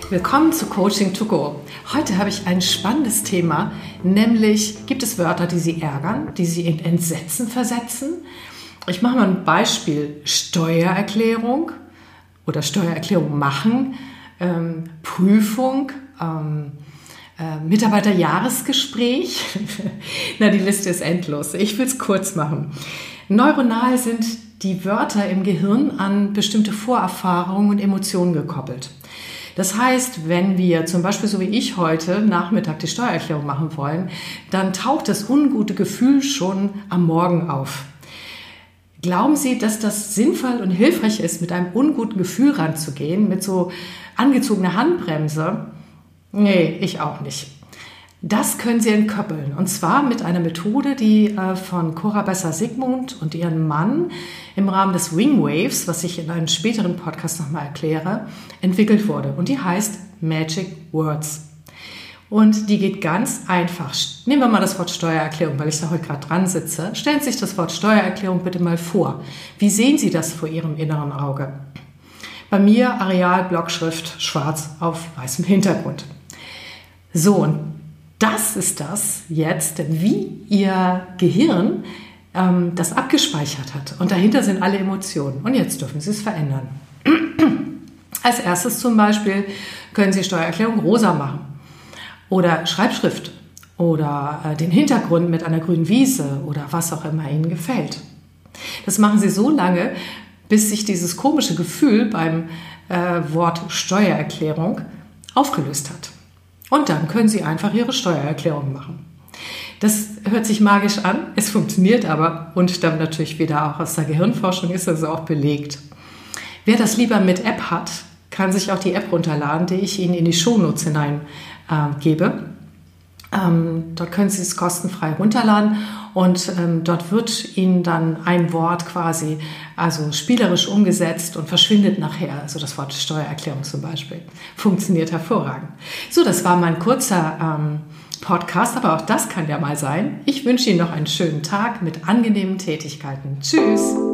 Willkommen zu Coaching to Go. Heute habe ich ein spannendes Thema, nämlich gibt es Wörter, die Sie ärgern, die Sie in Entsetzen versetzen? Ich mache mal ein Beispiel. Steuererklärung oder Steuererklärung machen, Prüfung, Mitarbeiterjahresgespräch. Na, die Liste ist endlos. Ich will es kurz machen. Neuronal sind die Wörter im Gehirn an bestimmte Vorerfahrungen und Emotionen gekoppelt. Das heißt, wenn wir zum Beispiel, so wie ich heute Nachmittag die Steuererklärung machen wollen, dann taucht das ungute Gefühl schon am Morgen auf. Glauben Sie, dass das sinnvoll und hilfreich ist, mit einem unguten Gefühl ranzugehen, mit so angezogener Handbremse? Nee, ich auch nicht. Das können Sie entkoppeln, und zwar mit einer Methode, die von Cora Besser-Sigmund und ihrem Mann im Rahmen des Wing Waves, was ich in einem späteren Podcast nochmal erkläre, entwickelt wurde. Und die heißt Magic Words. Und die geht ganz einfach. Nehmen wir mal das Wort Steuererklärung, weil ich da heute gerade dran sitze. Stellen Sie sich das Wort Steuererklärung bitte mal vor. Wie sehen Sie das vor Ihrem inneren Auge? Bei mir Areal, Blockschrift, schwarz auf weißem Hintergrund. So, und das ist das jetzt, wie Ihr Gehirn das abgespeichert hat. Und dahinter sind alle Emotionen. Und jetzt dürfen Sie es verändern. Als erstes zum Beispiel können Sie Steuererklärung rosa machen. Oder Schreibschrift. Oder den Hintergrund mit einer grünen Wiese. Oder was auch immer Ihnen gefällt. Das machen Sie so lange, bis sich dieses komische Gefühl beim Wort Steuererklärung aufgelöst hat. Und dann können Sie einfach Ihre Steuererklärung machen. Das hört sich magisch an, es funktioniert aber und stammt natürlich wieder auch aus der Gehirnforschung, ist also auch belegt. Wer das lieber mit App hat, kann sich auch die App runterladen, die ich Ihnen in die Shownotes hineingebe. Dort können Sie es kostenfrei runterladen und dort wird Ihnen dann ein Wort quasi also spielerisch umgesetzt und verschwindet nachher. Also das Wort Steuererklärung zum Beispiel. Funktioniert hervorragend. So, das war mein kurzer Podcast, aber auch das kann ja mal sein. Ich wünsche Ihnen noch einen schönen Tag mit angenehmen Tätigkeiten. Tschüss!